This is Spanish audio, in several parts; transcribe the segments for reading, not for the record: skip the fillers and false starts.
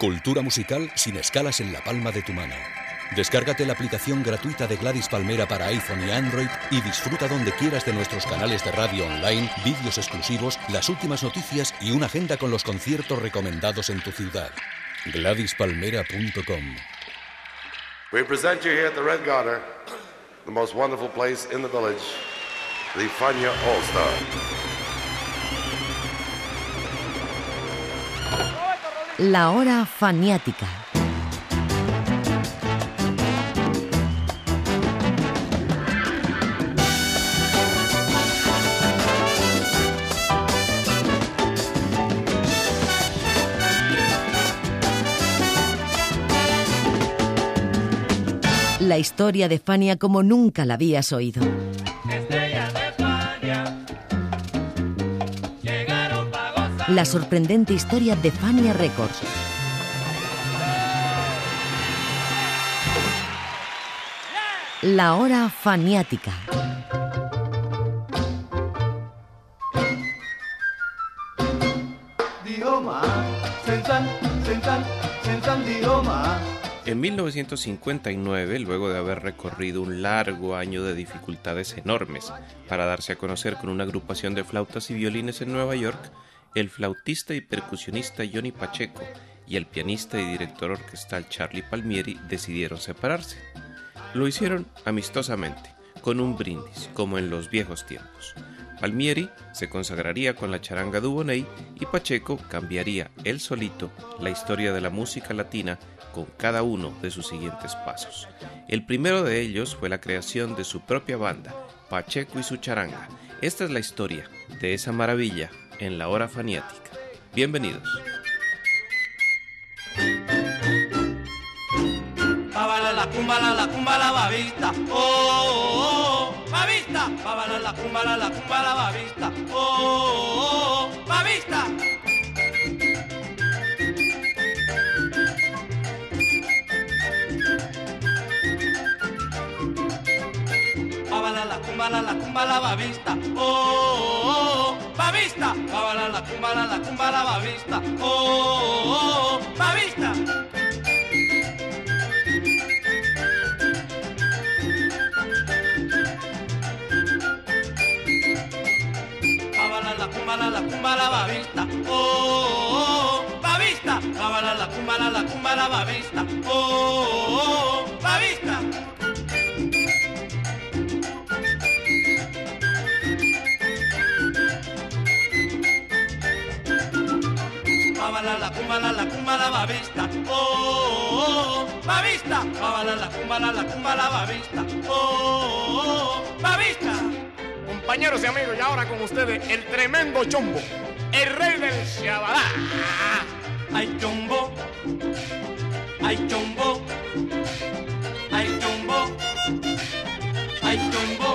Cultura musical sin escalas en la palma de tu mano. Descárgate la aplicación gratuita de Gladys Palmera para iPhone y Android y disfruta donde quieras de nuestros canales de radio online, vídeos exclusivos, las últimas noticias y una agenda con los conciertos recomendados en tu ciudad. GladysPalmera.com. We present you here at the Red Garter, the most wonderful place in the village, the Fania All-Star. La hora faniática. La historia de Fania como nunca la habías oído. La sorprendente historia de Fania Records. La hora faniática. En 1959, luego de haber recorrido un largo año de dificultades enormes para darse a conocer con una agrupación de flautas y violines en Nueva York, el flautista y percusionista Johnny Pacheco y el pianista y director orquestal Charlie Palmieri decidieron separarse. Lo hicieron amistosamente, con un brindis, como en los viejos tiempos. Palmieri se consagraría con la charanga Dubonnet y Pacheco cambiaría él solito la historia de la música latina con cada uno de sus siguientes pasos. El primero de ellos fue la creación de su propia banda, Pacheco y su charanga. Esta es la historia de esa maravilla en la hora faniática. Bienvenidos. La cumba la babista, oh, oh, oh, babista. La cumba la babista, oh, oh, oh, babista. La cumba la babista, oh, oh, oh, babista. La cumba la babista, oh, oh, oh, babista. La cumba la babista, oh, oh, oh, babista. La cumba la babista, oh, oh, oh, babista. La cumba la babista, oh, oh, oh, babista. La cumba la babista, oh, oh, oh, babista. Compañeros y amigos, y ahora con ustedes el tremendo Chombo, el rey del Shabadá. Ay Chombo, ay Chombo, ay Chombo, ay Chombo.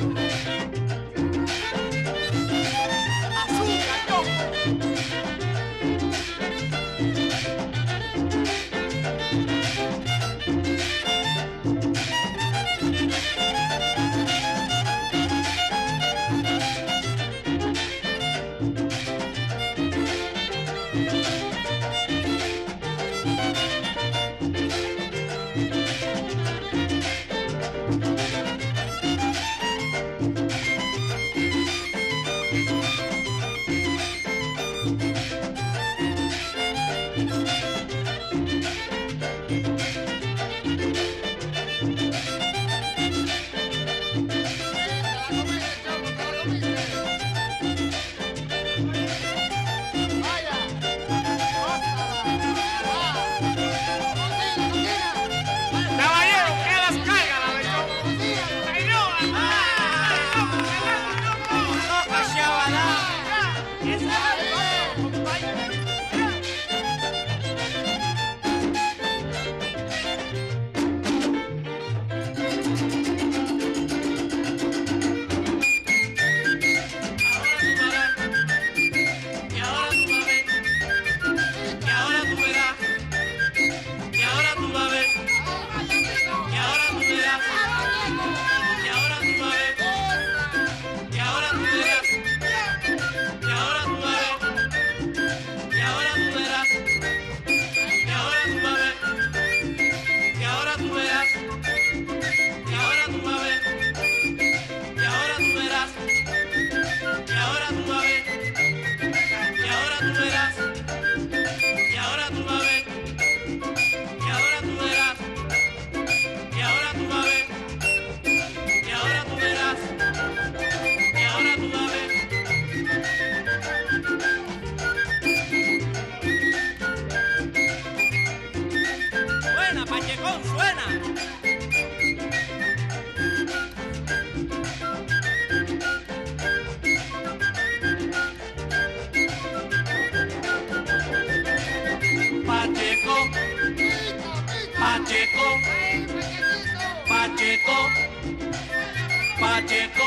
Azúcar, Chombo. Pacheco, Pacheco,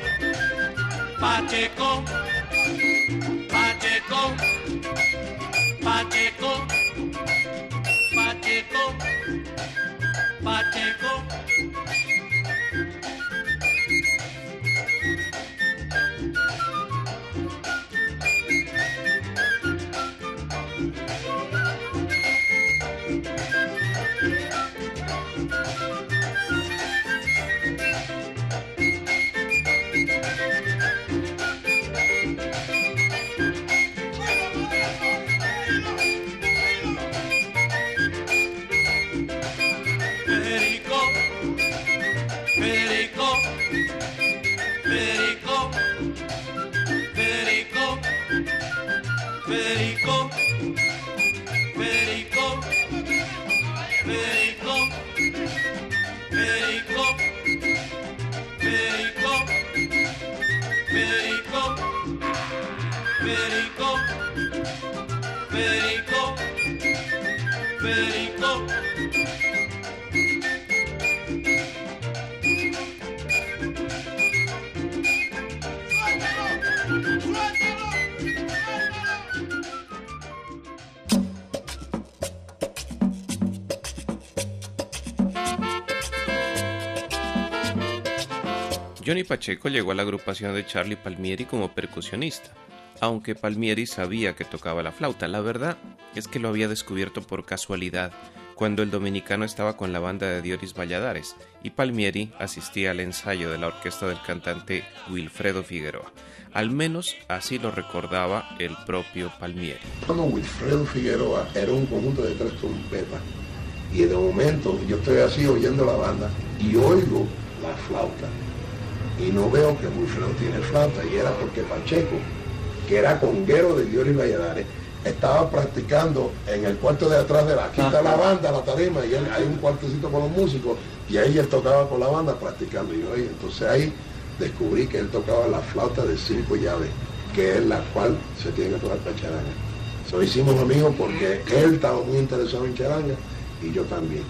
Pacheco, Pacheco, Pacheco, Pacheco, Pacheco. Federico, Federico, Federico, Federico, Federico, Federico, Federico, Federico, Federico. Johnny Pacheco llegó a la agrupación de Charlie Palmieri como percusionista, aunque Palmieri sabía que tocaba la flauta. La verdad es que lo había descubierto por casualidad, cuando el dominicano estaba con la banda de Dioris Valladares y Palmieri asistía al ensayo de la orquesta del cantante Wilfredo Figueroa. Al menos así lo recordaba el propio Palmieri. Cuando Wilfredo Figueroa era un conjunto de 3 trompetas y de momento yo estoy así oyendo la banda y oigo la flauta y no veo que Wilfredo tiene flauta, y era porque Pacheco, que era conguero de Dioris Valladares, estaba practicando en el cuarto de atrás de aquí está la banda, la tarima, y hay un cuartecito con los músicos, y ahí él tocaba con la banda practicando. Y yo, entonces ahí descubrí que él tocaba la flauta de 5 llaves, que es la cual se tiene que tocar para charanga. So, hicimos amigos porque él estaba muy interesado en charanga y yo también.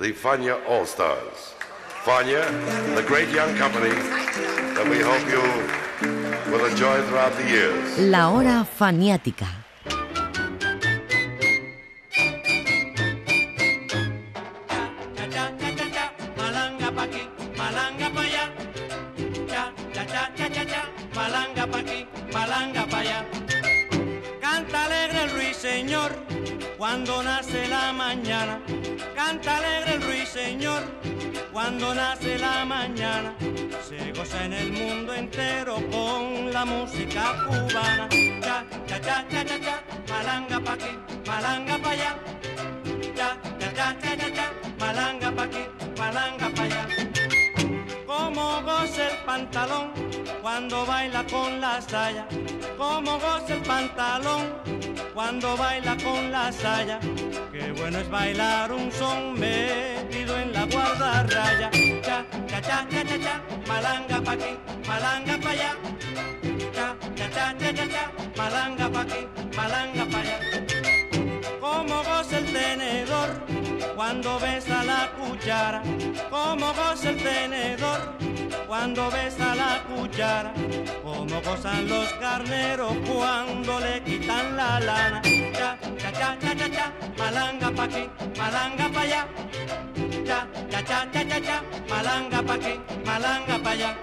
the Fania All-Stars. Fania, the great young company that we hope you will enjoy throughout the years. La hora faniática. Malanga pa' aquí, malanga pa' allá. Malanga pa' aquí, malanga pa' allá. Canta alegre el ruiseñor cuando nace la mañana. Canta alegre el ruiseñor cuando nace la mañana. Se goza en el mundo entero con la música cubana. Cha, cha, cha, cha, cha, cha. Malanga pa' aquí, malanga pa' allá. Cha, cha, cha, cha, cha, cha. Malanga pa' aquí, malanga pa' allá. Como goza el pantalón cuando baila con la saya. Como goza el pantalón cuando baila con la saya. Qué bueno es bailar un son metido en la guardarraya. Cha, cha, cha, cha, cha, cha. Malanga pa' aquí, malanga pa' allá. Cha, cha, cha, cha, cha, cha. Malanga pa' aquí, malanga pa' allá. Como goza el tenedor cuando besa la cuchara. Como goza el tenedor cuando besa la cuchara. Como gozan los carneros cuando le quitan la lana. Cha, cha, cha, cha, cha, cha. Malanga pa' aquí, malanga pa' allá. Cha, cha, cha, cha, cha, cha. Malanga pa' aquí, malanga pa' allá.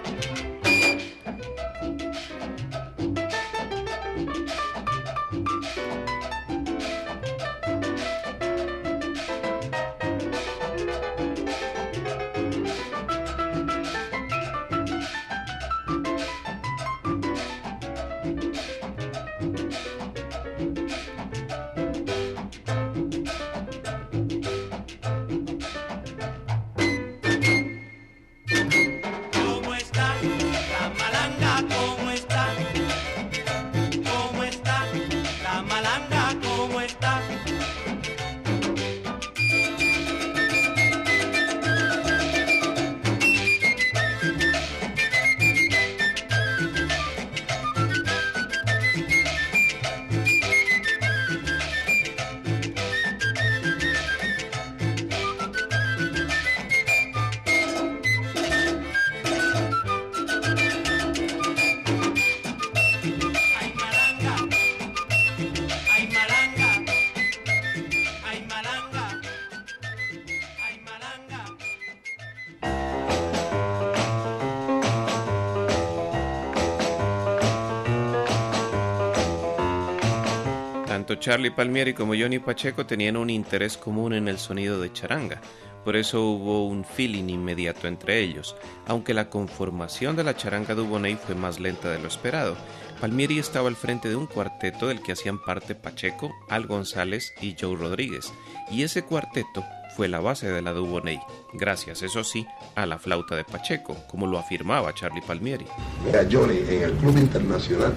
Tanto Charlie Palmieri como Johnny Pacheco tenían un interés común en el sonido de charanga, por eso hubo un feeling inmediato entre ellos, aunque la conformación de la charanga Dubonnet fue más lenta de lo esperado. Palmieri estaba al frente de un cuarteto del que hacían parte Pacheco, Al González y Joe Rodríguez, y ese cuarteto fue la base de la Dubonnet, gracias, eso sí, a la flauta de Pacheco, como lo afirmaba Charlie Palmieri. Mira, Johnny, en el Club Internacional,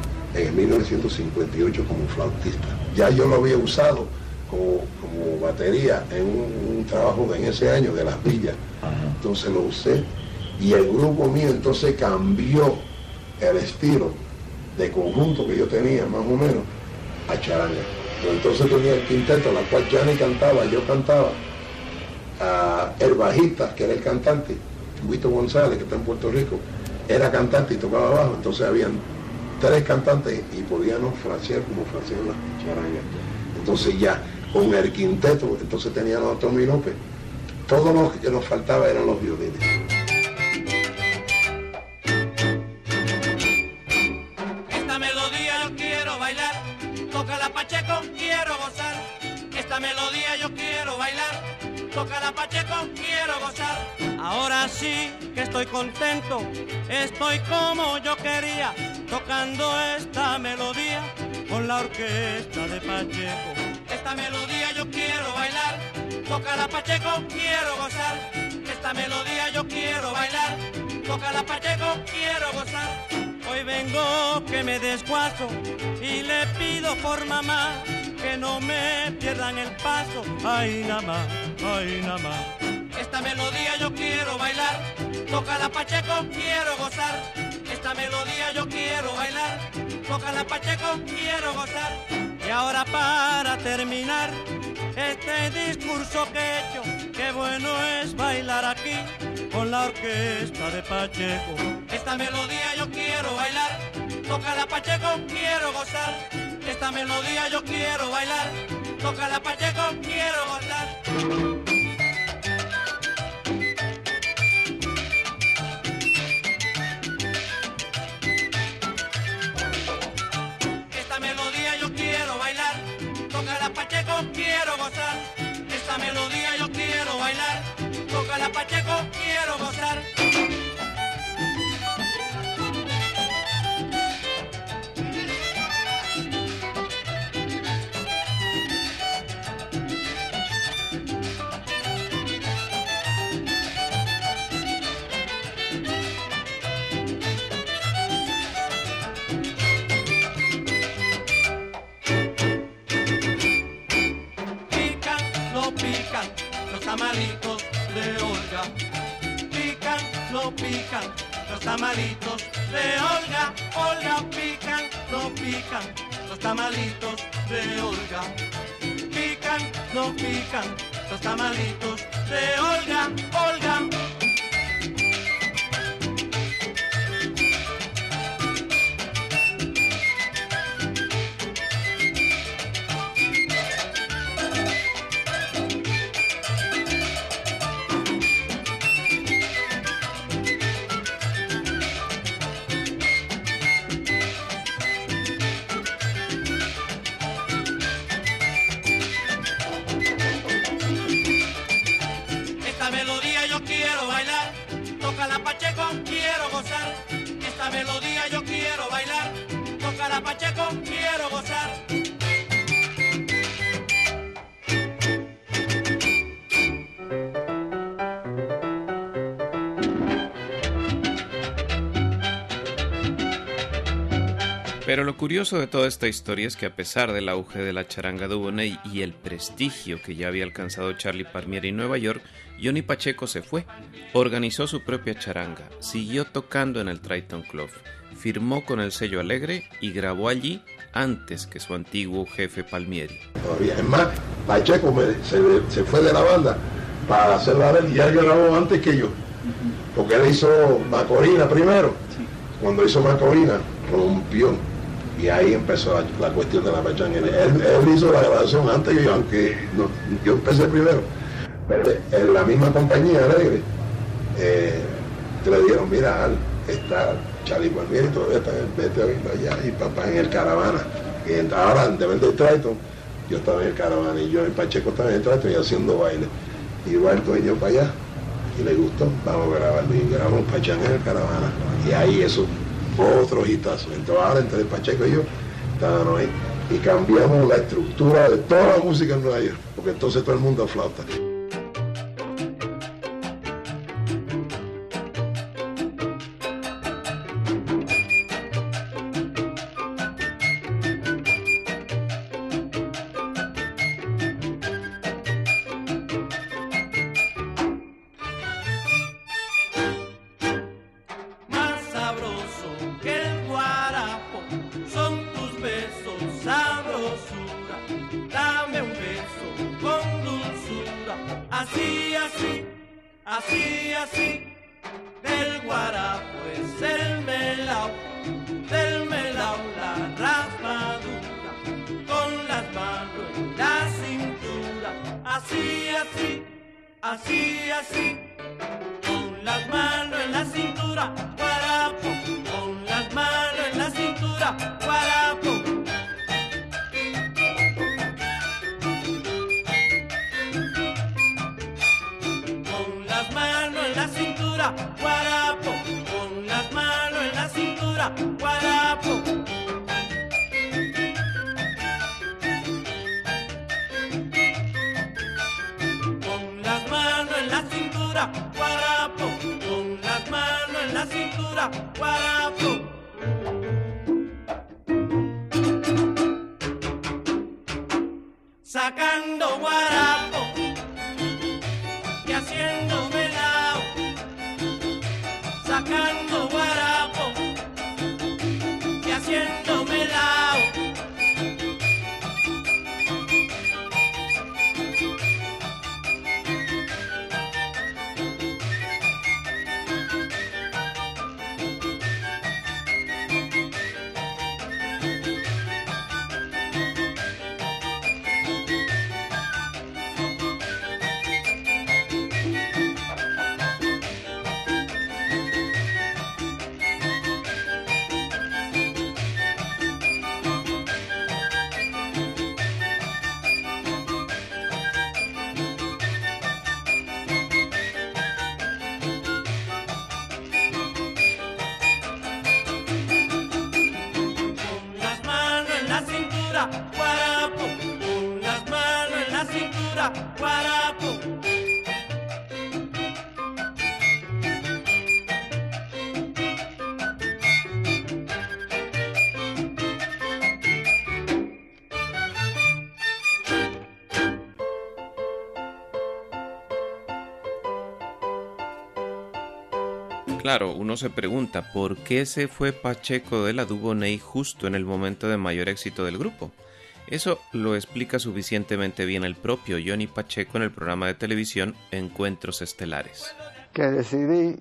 en 1958 como flautista. Ya yo lo había usado como batería en un trabajo en ese año de Las Villas. Entonces lo usé y el grupo mío entonces cambió el estilo de conjunto que yo tenía más o menos a charanga. Entonces tenía el quinteto, la cual Johnny cantaba, yo cantaba, el bajista, que era el cantante, Huito González, que está en Puerto Rico, era cantante y tocaba bajo, entonces habían 3 cantantes y podíamos frasear como frasean las charangas. Entonces ya, con el quinteto, entonces teníamos a Tommy López. Todo lo que nos faltaba eran los violines. Esta melodía yo quiero bailar, toca la Pacheco, quiero gozar. Esta melodía yo quiero bailar, toca la Pacheco, quiero gozar. Ahora sí que estoy contento, estoy como yo quería, tocando esta melodía con la orquesta de Pacheco. Esta melodía yo quiero bailar, toca la Pacheco, quiero gozar. Esta melodía yo quiero bailar, toca la Pacheco, quiero gozar. Hoy vengo que me desguazo y le pido por mamá que no me pierdan el paso. Ay, nada más, ay, nada más. Esta melodía yo quiero bailar, toca la Pacheco, quiero gozar. Esta melodía yo quiero bailar, toca la Pacheco, quiero gozar. Y ahora para terminar, este discurso que he hecho, qué bueno es bailar aquí con la orquesta de Pacheco. Esta melodía yo quiero bailar, tócala Pacheco, quiero gozar. Esta melodía yo quiero bailar, tócala Pacheco, quiero gozar. Quiero gozar, esta melodía yo quiero bailar, tócala Pacheco, quiero gozar. Tamalitos de Olga, pican, no pican, los tamalitos de Olga, Olga, pican, no pican, los tamalitos de Olga, pican, no pican, los tamalitos de Olga, Olga. Quiero gozar, esta melodía yo quiero bailar, tócala Pacheco, quiero gozar. Pero lo curioso de toda esta historia es que a pesar del auge de la charanga Dubonnet y el prestigio que ya había alcanzado Charlie Palmieri en Nueva York, Johnny Pacheco se fue, organizó su propia charanga, siguió tocando en el Triton Club, firmó con el sello Alegre y grabó allí antes que su antiguo jefe Palmieri. Todavía, es más, Pacheco se fue de la banda para hacer la de él y ya grabó antes que yo, porque él hizo Macorina primero. Cuando hizo Macorina, rompió. Y ahí empezó la cuestión de la pachanga. Él hizo la grabación antes que yo, aunque no, yo empecé primero. Pero en la misma compañía Alegre, le dijeron, mira, está Charlie Palmieri, todavía está vete a verlo allá, y papá en el Caravana. Y ahora, en vez del Triton, yo estaba en el Caravana, y yo y Pacheco estaba en el Triton y haciendo baile. Y va el dueño para allá, y le gustó, vamos a grabarlo. Y grabamos pachanga en el Caravana. Y ahí eso, otro hitazo. Entonces ahora entre Pacheco y yo estábamos ahí y cambiamos la estructura de toda la música en Nueva York, porque entonces todo el mundo flauta. Sacando guarapo y haciendo melao, sacando guarapo y haciendo melao. Claro, uno se pregunta, ¿por qué se fue Pacheco de la Dubonnet justo en el momento de mayor éxito del grupo? Eso lo explica suficientemente bien el propio Johnny Pacheco en el programa de televisión Encuentros Estelares. Que decidí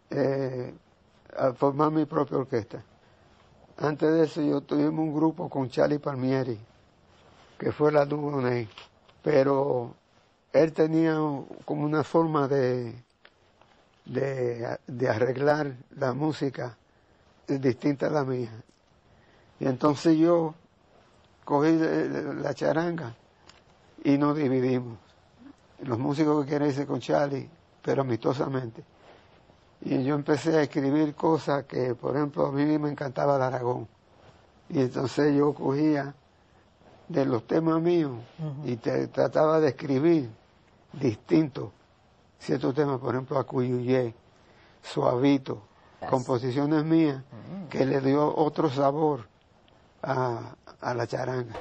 a formar mi propia orquesta. Antes de eso yo tuvimos un grupo con Charlie Palmieri, que fue la Dubonnet, pero él tenía como una forma de arreglar la música distinta a la mía. Y entonces yo cogí la charanga y nos dividimos. Los músicos que quieren irse con Charlie, pero amistosamente. Y yo empecé a escribir cosas que, por ejemplo, a mí me encantaba el Aragón. Y entonces yo cogía de los temas míos y trataba de escribir distintos ciertos temas, por ejemplo, Acuyuyé, Suavito, composiciones mías que le dio otro sabor a la charanga.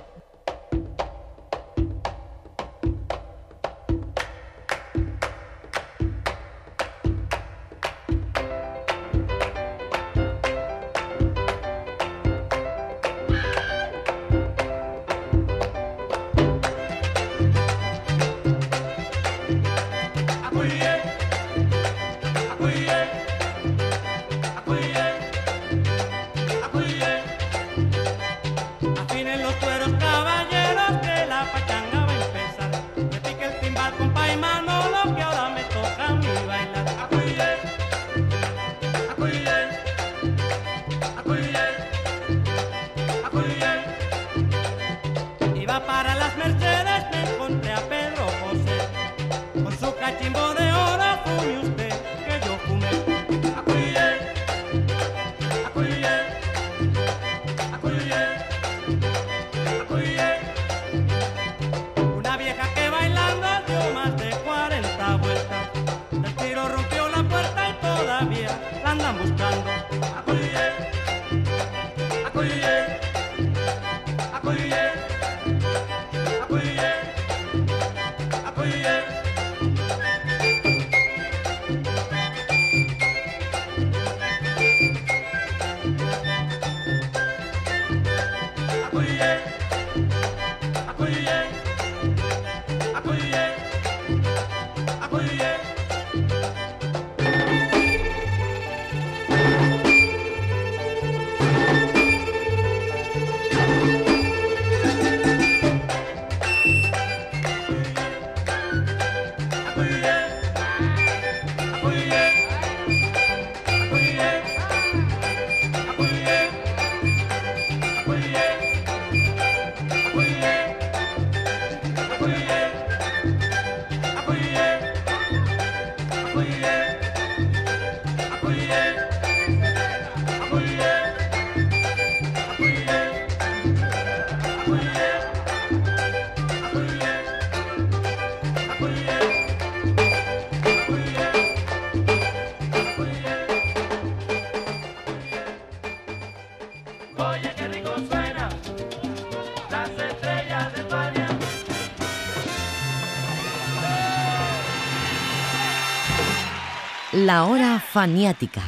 La hora faniática.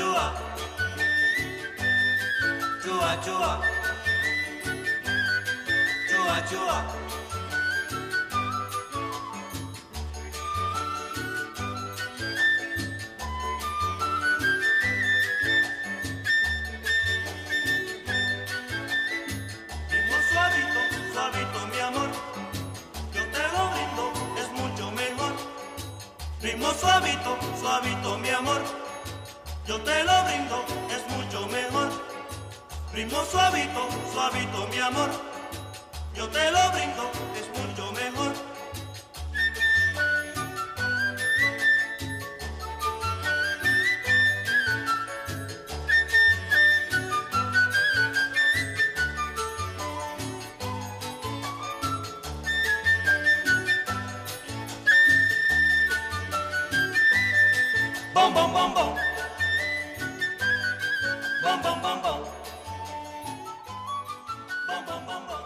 chua, chua, chua, chua, chua. Ritmo suavito, suavito mi amor, yo te lo brindo, es mucho mejor. Ritmo suavito, suavito mi amor, yo te lo brindo, es mucho mejor. Ritmo suavito, suavito mi amor, yo te lo brindo, es mucho mejor. Bom, bom, bom, bom. Bom, bom, bom, bom. Bom, bom, bom, bom.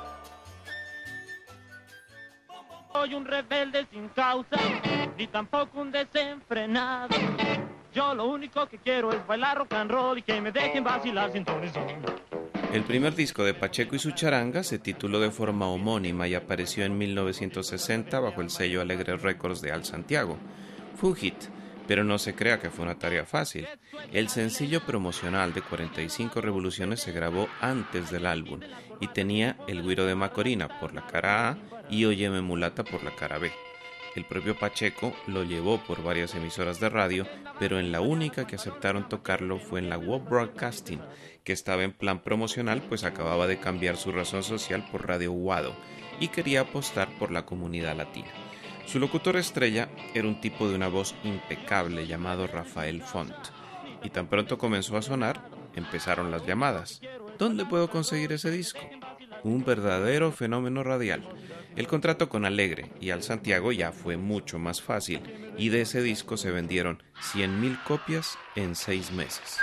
Soy un rebelde sin causa, ni tampoco un desenfrenado. Yo lo único que quiero es bailar rock and roll y que me dejen vacilar sin ton y son. El primer disco de Pacheco y su charanga se tituló de forma homónima y apareció en 1960 bajo el sello Alegre Records de Al Santiago. Fue un hit, pero no se crea que fue una tarea fácil. El sencillo promocional de 45 revoluciones se grabó antes del álbum y tenía El Güiro de Macorina por la cara A y Óyeme Mulata por la cara B. El propio Pacheco lo llevó por varias emisoras de radio, pero en la única que aceptaron tocarlo fue en la World Broadcasting, que estaba en plan promocional pues acababa de cambiar su razón social por Radio Guado y quería apostar por la comunidad latina. Su locutor estrella era un tipo de una voz impecable llamado Rafael Font, y tan pronto comenzó a sonar, empezaron las llamadas. ¿Dónde puedo conseguir ese disco? Un verdadero fenómeno radial. El contrato con Alegre y Al Santiago ya fue mucho más fácil, y de ese disco se vendieron 100,000 copias en 6 meses.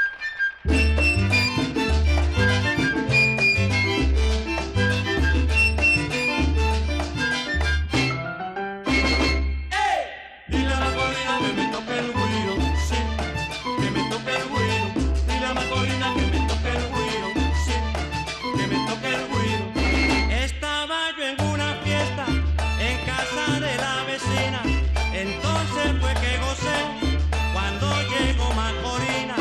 Entonces fue que gocé cuando llegó Macorina.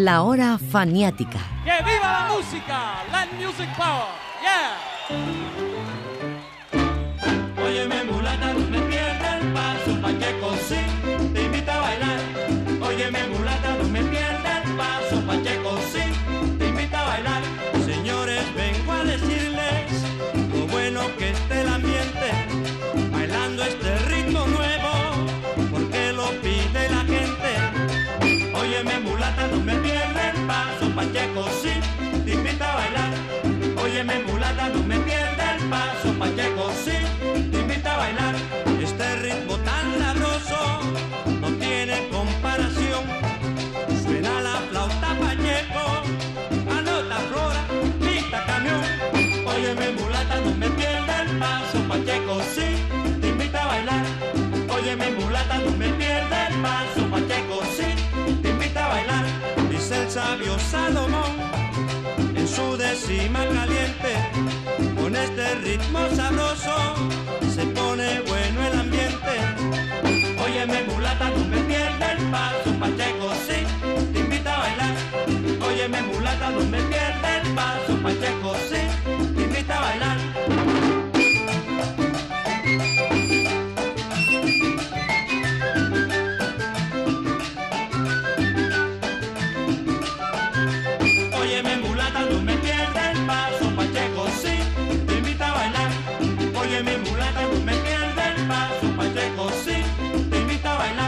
La hora faniática. ¡Que viva la música! Land Music Power. ¡Yeah! Óyeme mulata, no me pierdas el paso, Pacheco sí te invita a bailar. Óyeme mulata, no me pierdas el paso, Pacheco sí te invita a bailar. Señores, vengo a decirles lo bueno que esté el ambiente, bailando este ritmo nuevo, porque lo pide la gente. Óyeme mulata, no me pierdas el paso, Pacheco sí te invita a bailar. Óyeme mulata, no me pierdas el paso, Pacheco sí te invita a bailar. Este ritmo tan sabroso no tiene comparación. Suena la flauta Pacheco, anota flora, pista camión. Óyeme mulata, no me pierdas el paso, Pacheco sí te invita a bailar. Óyeme mulata, no me pierdas el paso, Pacheco sí te invita a bailar. Dice el sabio Salomón en su décima caliente, con este ritmo sabroso se pone bueno el ambiente. Óyeme mulata, no me pierdas el paso, Pacheco sí te invita a bailar. Óyeme mulata, no me pierdas el paso, Pacheco sí te invita a bailar. Óyeme mulata, no me pierdas el paso, Pacheco sí te invita a bailar. Óyeme mulata, no me pierdas el paso, Pacheco sí te invita a bailar.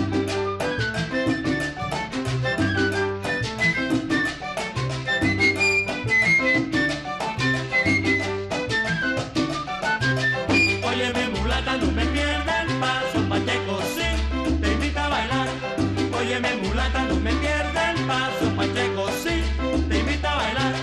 Óyeme mulata, no me pierdas el paso, Pacheco sí te invita a bailar. Óyeme mulata, no me pierdas el paso, Pacheco sí te invita a bailar.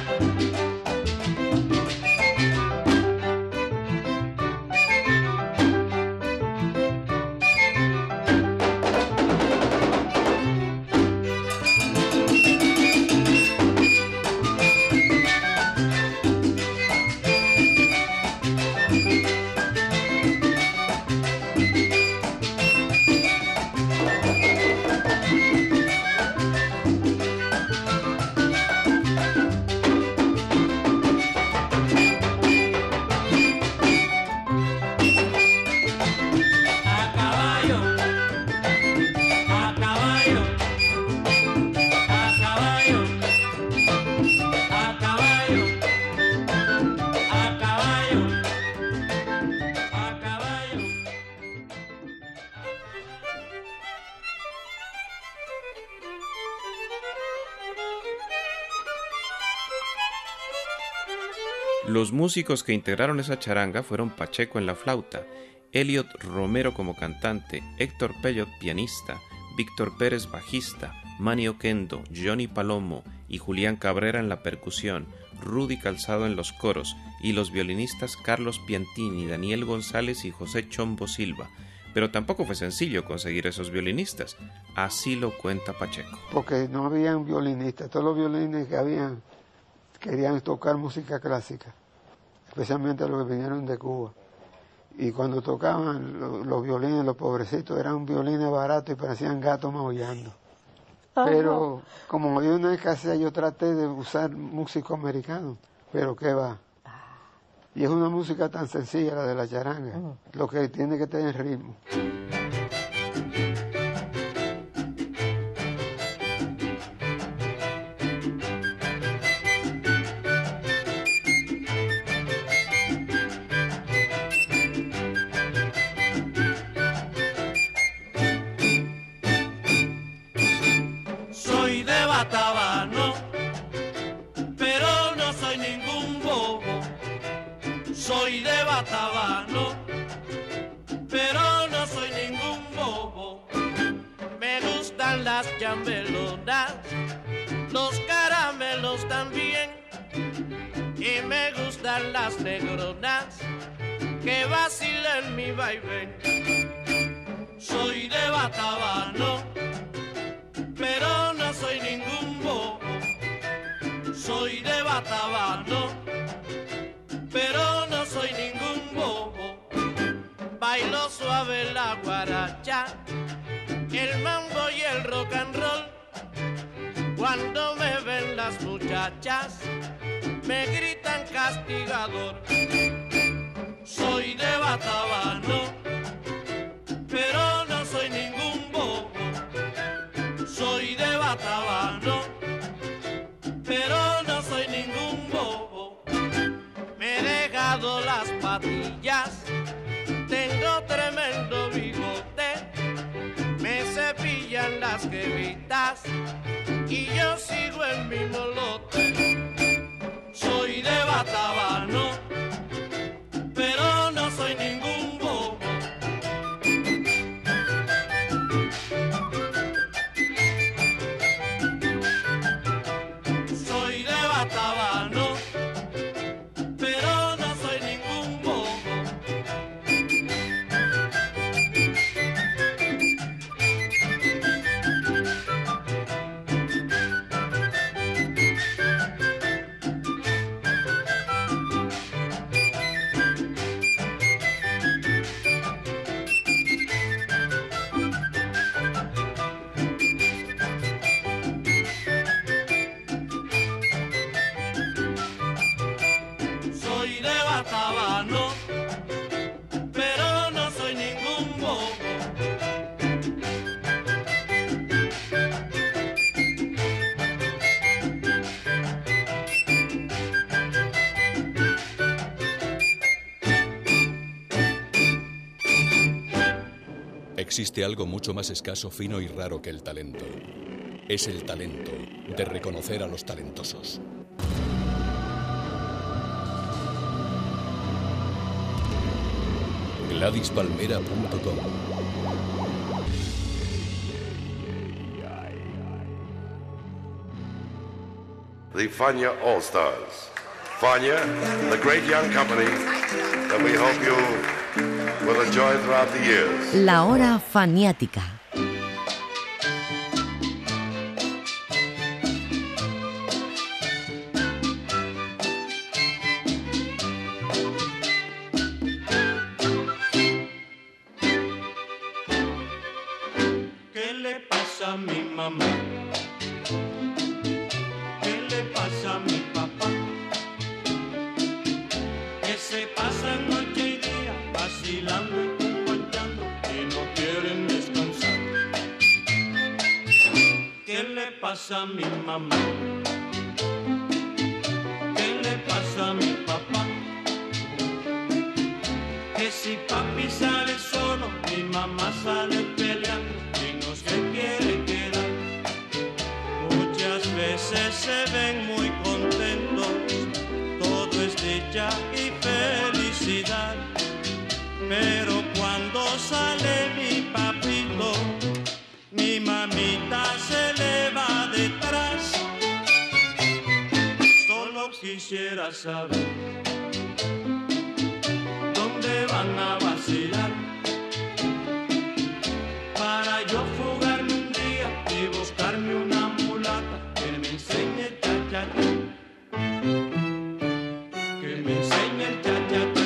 Los músicos que integraron esa charanga fueron Pacheco en la flauta, Elliot Romero como cantante, Héctor Pellot pianista, Víctor Pérez bajista, Manny Oquendo, Johnny Palomo y Julián Cabrera en la percusión, Rudy Calzado en los coros y los violinistas Carlos Piantini, Daniel González y José Chombo Silva. Pero tampoco fue sencillo conseguir esos violinistas, así lo cuenta Pacheco. Porque no habían violinistas, todos los violines que habían querían tocar música clásica, especialmente los que vinieron de Cuba. Y cuando tocaban los violines, los pobrecitos, eran violines baratos y parecían gatos maullando. Pero como había una escasez, yo traté de usar músicos americanos, pero qué va. Y es una música tan sencilla, la de la charanga, lo que tiene que tener ritmo. Soy de Batabano, pero no soy ningún bobo. Soy de Batabano, pero no soy ningún bobo. Me gustan las chambelonas, los caramelos también, y me gustan las negronas que vacilan mi vaivén. Soy de Batabano, pero no soy ningún bobo. Soy de Batabano, pero no soy ningún bobo. Bailo suave la guaracha, el mambo y el rock and roll. Cuando me ven las muchachas, me gritan castigador. Soy de Batabano, pero no soy ningún bobo. Soy de Batabano, pero no soy ningún bobo. Me he dejado las patillas, tengo tremendo bigote. Me cepillan las jevitas y yo sigo en mi molote. Soy de Batabano, pero no soy ningún bobo. Soy de Batabano, pero no soy ningún bobo. Soy de Batabano, pero no soy ningún bobo. Existe algo mucho más escaso, fino y raro que el talento. Es el talento de reconocer a los talentosos. GladysPalmera.com. The Fania All-Stars. Fania, the great young company that we hope you will enjoy throughout the years. La hora faniática. ¿Qué le pasa a mi mamá? ¿Qué le pasa a mi papá? Que se pasan noche y día vacilando y compañando, que no quieren descansar. ¿Qué le pasa a mi mamá? ¿Qué le pasa a mi papá? Que si papi sale solo, mi mamá sale peleando y no se quiere quedar. Muchas veces se ven muy contentos, todo es dicha y felicidad. Pero cuando sale mi papito, mi mamita se le va detrás. Solo quisiera saber dónde van a vacilar, para yo fugarme un día y buscarme una mulata que me enseñe cha-cha-cha, que me enseñe el cha-cha-cha,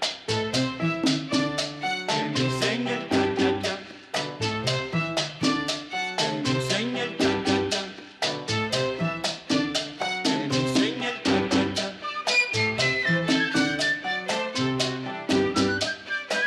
que me enseñe el cha-cha-cha, que me enseñe el cha-cha-cha, que me enseñe el cha-cha-cha.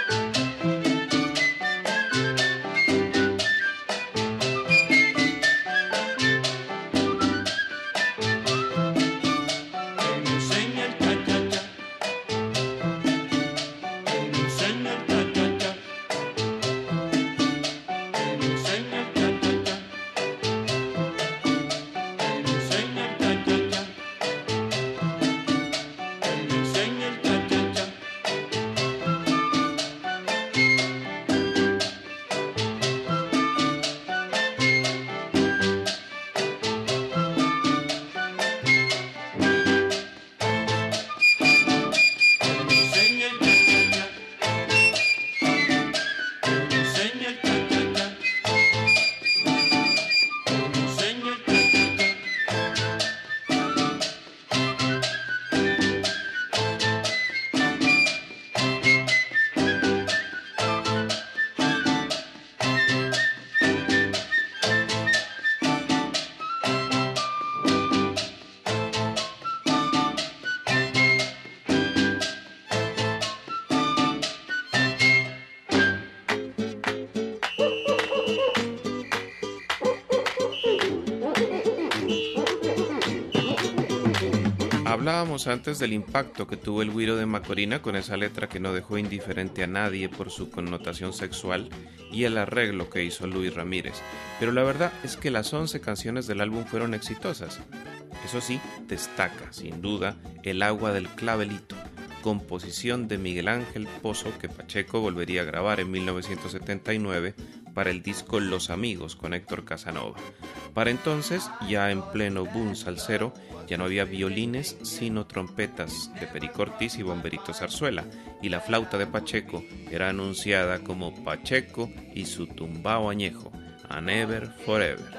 Hablábamos antes del impacto que tuvo el Güiro de Macorina con esa letra que no dejó indiferente a nadie por su connotación sexual y el arreglo que hizo Luis Ramírez, pero la verdad es que las 11 canciones del álbum fueron exitosas. Eso sí, destaca, sin duda, El agua del clavelito, composición de Miguel Ángel Pozo que Pacheco volvería a grabar en 1979 para el disco Los Amigos con Héctor Casanova. Para entonces, ya en pleno boom salsero, ya no había violines sino trompetas de Perico Ortiz y Bomberito Zarzuela, y la flauta de Pacheco era anunciada como Pacheco y su tumbao añejo, A Never Forever.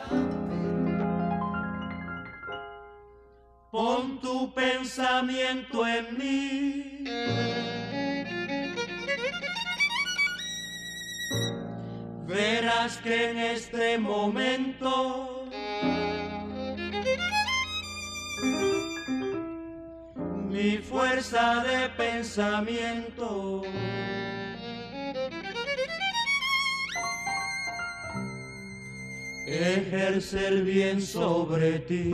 Pon tu pensamiento en mí, verás que en este momento mi fuerza de pensamiento ejerce el bien sobre ti.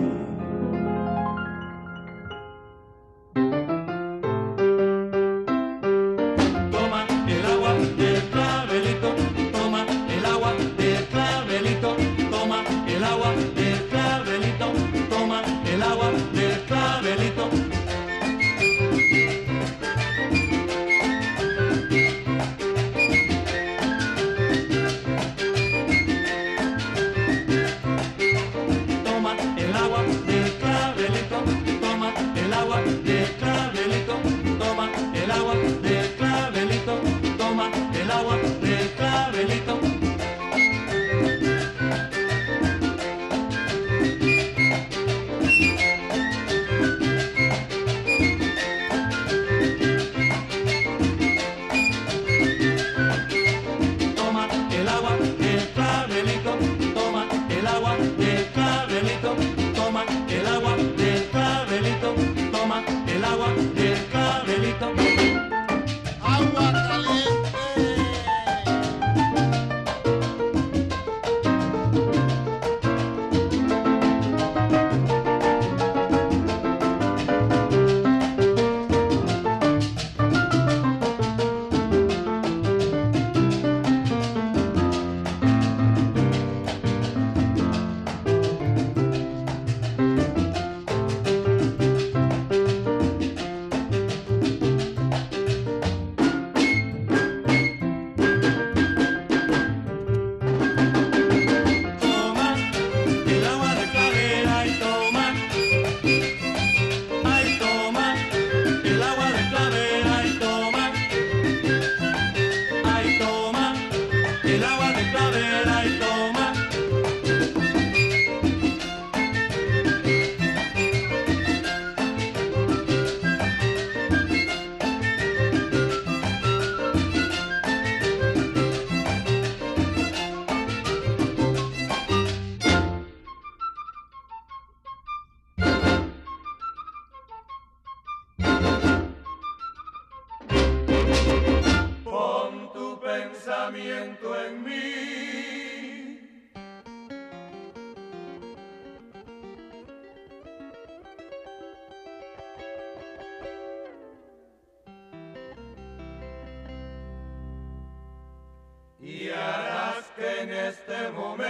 Y harás que en este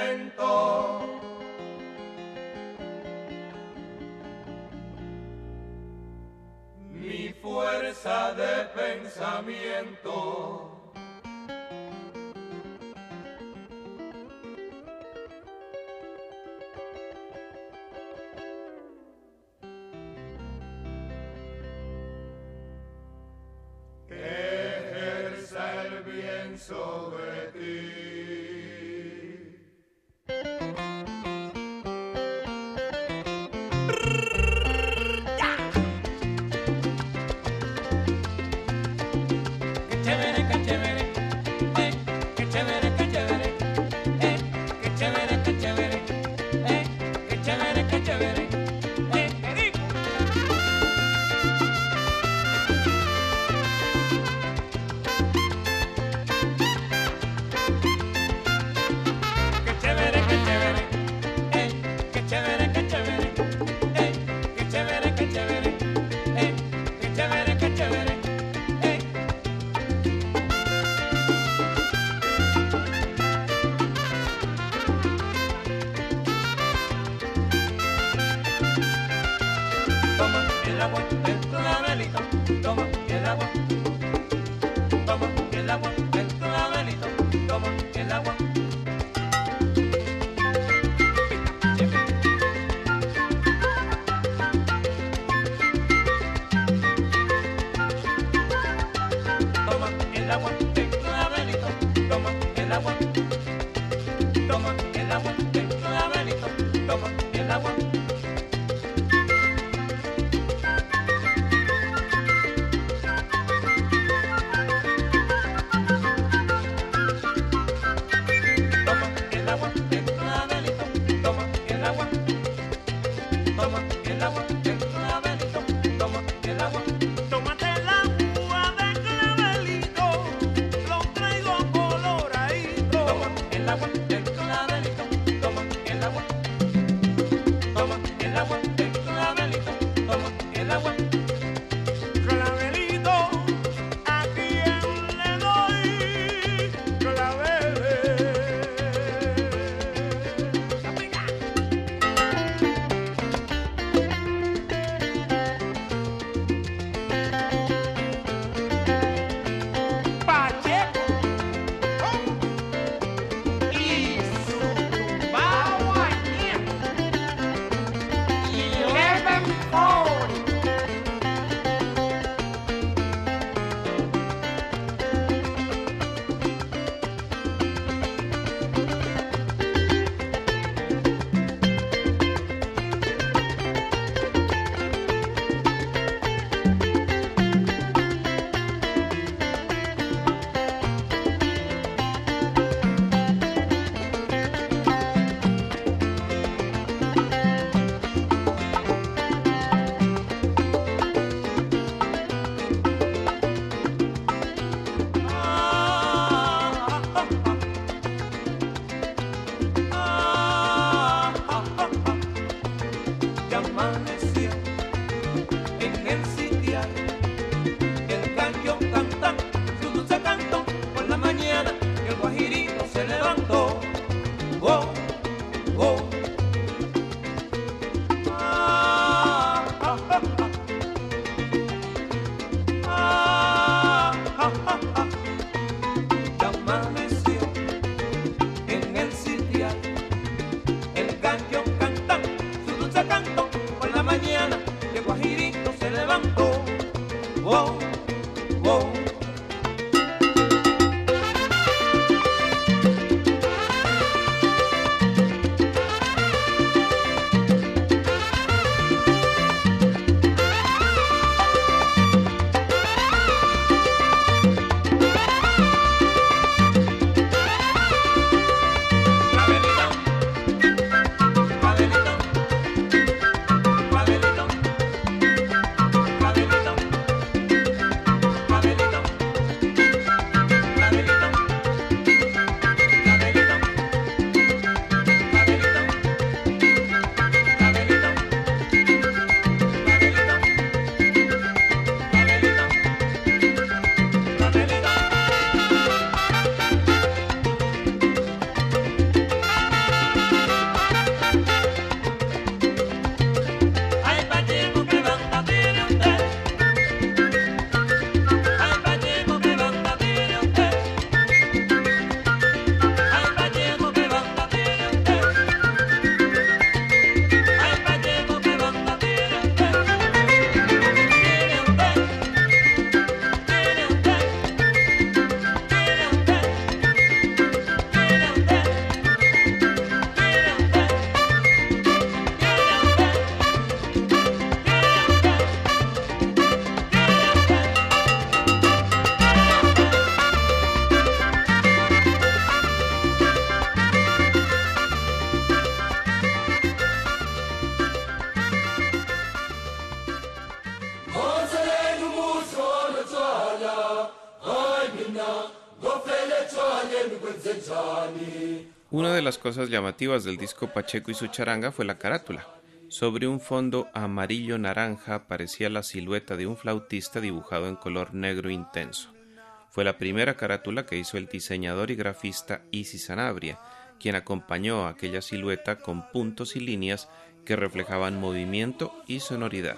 momento mi fuerza de pensamiento ejerza el bien sobre ti. agua del clavelito, toma el agua. Toma el agua del clavelito, toma el agua. Toma el agua del clavelito, toma el agua. Toma el agua del clavelito, toma el agua. Una de las cosas llamativas del disco Pacheco y su charanga fue la carátula. Sobre un fondo amarillo-naranja aparecía la silueta de un flautista dibujado en color negro intenso. Fue la primera carátula que hizo el diseñador y grafista Isi Sanabria, quien acompañó a aquella silueta con puntos y líneas que reflejaban movimiento y sonoridad.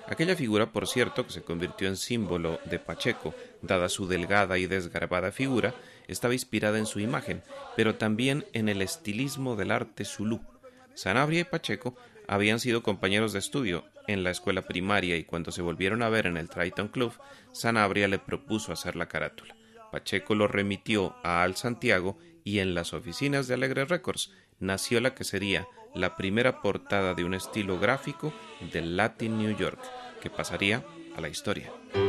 Aquella figura, por cierto, que se convirtió en símbolo de Pacheco, dada su delgada y desgarbada figura, estaba inspirada en su imagen, pero también en el estilismo del arte zulú. Sanabria y Pacheco habían sido compañeros de estudio en la escuela primaria y cuando se volvieron a ver en el Triton Club, Sanabria le propuso hacer la carátula. Pacheco lo remitió a Al Santiago y en las oficinas de Alegre Records nació la que sería la primera portada de un estilo gráfico del Latin New York, que pasaría a la historia.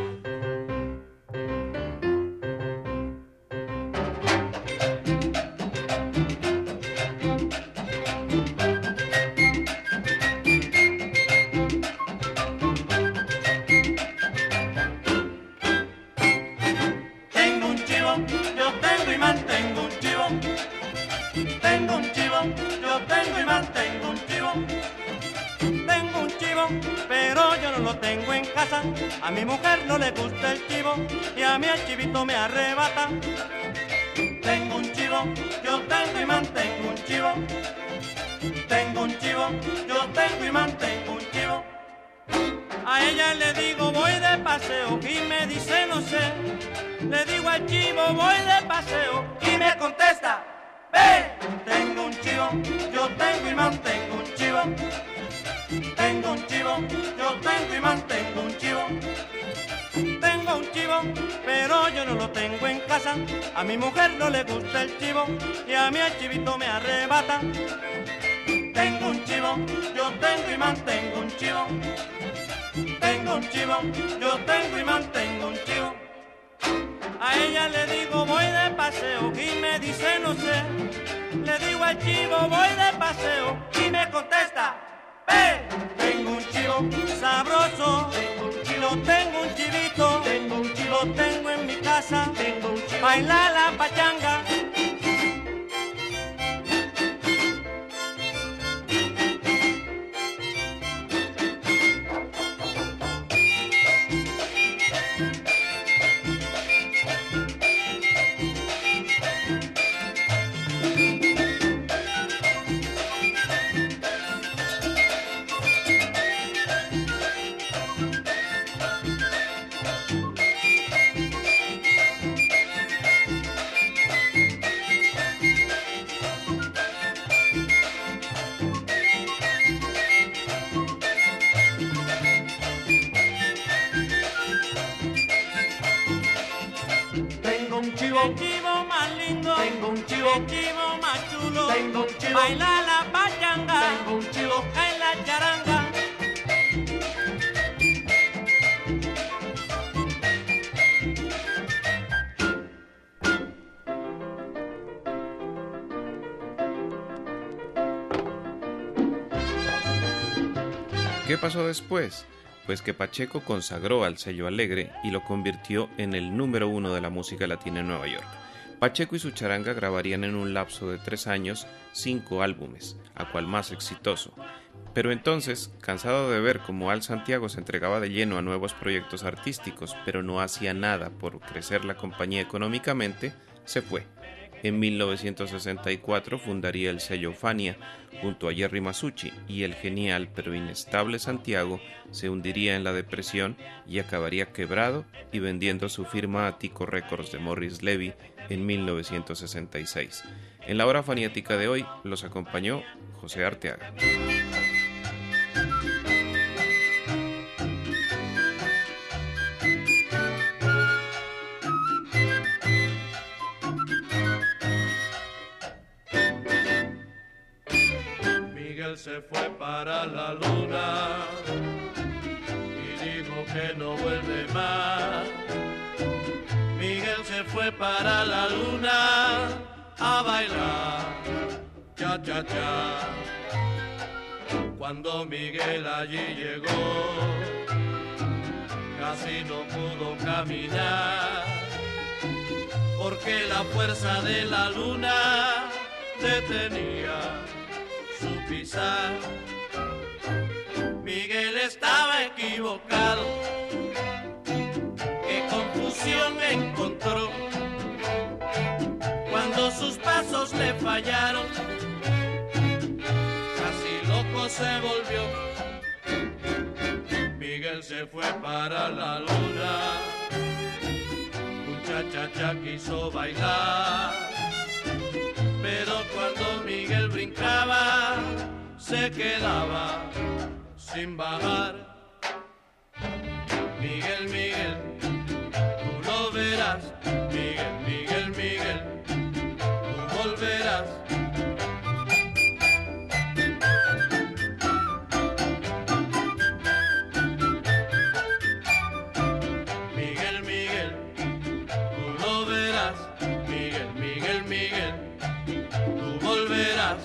A mi mujer no le gusta el chivo y a mí el chivito me arrebata. Tengo un chivo, yo tengo y mantengo un chivo. Tengo un chivo, yo tengo y mantengo un chivo. A ella le digo voy de paseo y me dice no sé. Le digo al chivo voy de paseo y me contesta ¡ve! Tengo un chivo, yo tengo y mantengo un chivo. Tengo un chivo, yo tengo y mantengo un chivo. Tengo un chivo, pero yo no lo tengo en casa. A mi mujer no le gusta el chivo y a mí el chivito me arrebata. Tengo un chivo, yo tengo y mantengo un chivo. Tengo un chivo, yo tengo y mantengo un chivo. A ella le digo voy de paseo y me dice no sé. Le digo al chivo voy de paseo y me contesta ¡ve! Tengo un chivo sabroso, yo tengo un chivito, lo tengo en mi casa, baila la pachanga. Baila la pachanga, tengo un chivo en la charanga. ¿Qué pasó después? Pues que Pacheco consagró al sello Alegre y lo convirtió en el número 1 de la música latina en Nueva York. Pacheco y su charanga grabarían en un lapso de 3 años 5 álbumes, a cual más exitoso. Pero entonces, cansado de ver cómo Al Santiago se entregaba de lleno a nuevos proyectos artísticos, pero no hacía nada por crecer la compañía económicamente, se fue. En 1964 fundaría el sello Fania junto a Jerry Masucci y el genial pero inestable Santiago se hundiría en la depresión y acabaría quebrado y vendiendo su firma a Tico Records de Morris Levy en 1966. En la hora faniática de hoy los acompañó José Arteaga. Miguel se fue para la luna y dijo que no vuelve más. Miguel se fue para la luna a bailar cha cha cha. Cuando Miguel allí llegó, casi no pudo caminar, porque la fuerza de la luna detenía su pisar. Miguel estaba equivocado, qué confusión encontró cuando sus pasos le fallaron, casi loco se volvió. Miguel se fue para la luna, un cha-cha-cha quiso bailar, pero cuando Miguel brincaba, se quedaba sin bajar. Miguel, Miguel, tú lo verás, Miguel, Miguel, Miguel, tú volverás. Miguel, Miguel, tú lo verás, Miguel, Miguel, Miguel, tú volverás.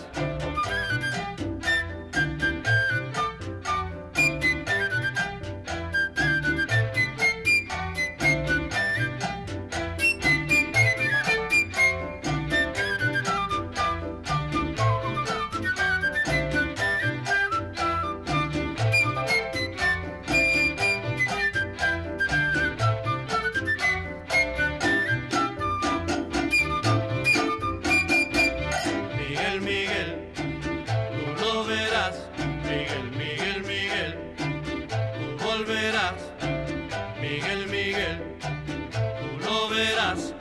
Miguel, Miguel, tú lo verás, Miguel, Miguel, Miguel, tú volverás, Miguel, Miguel, tú lo verás.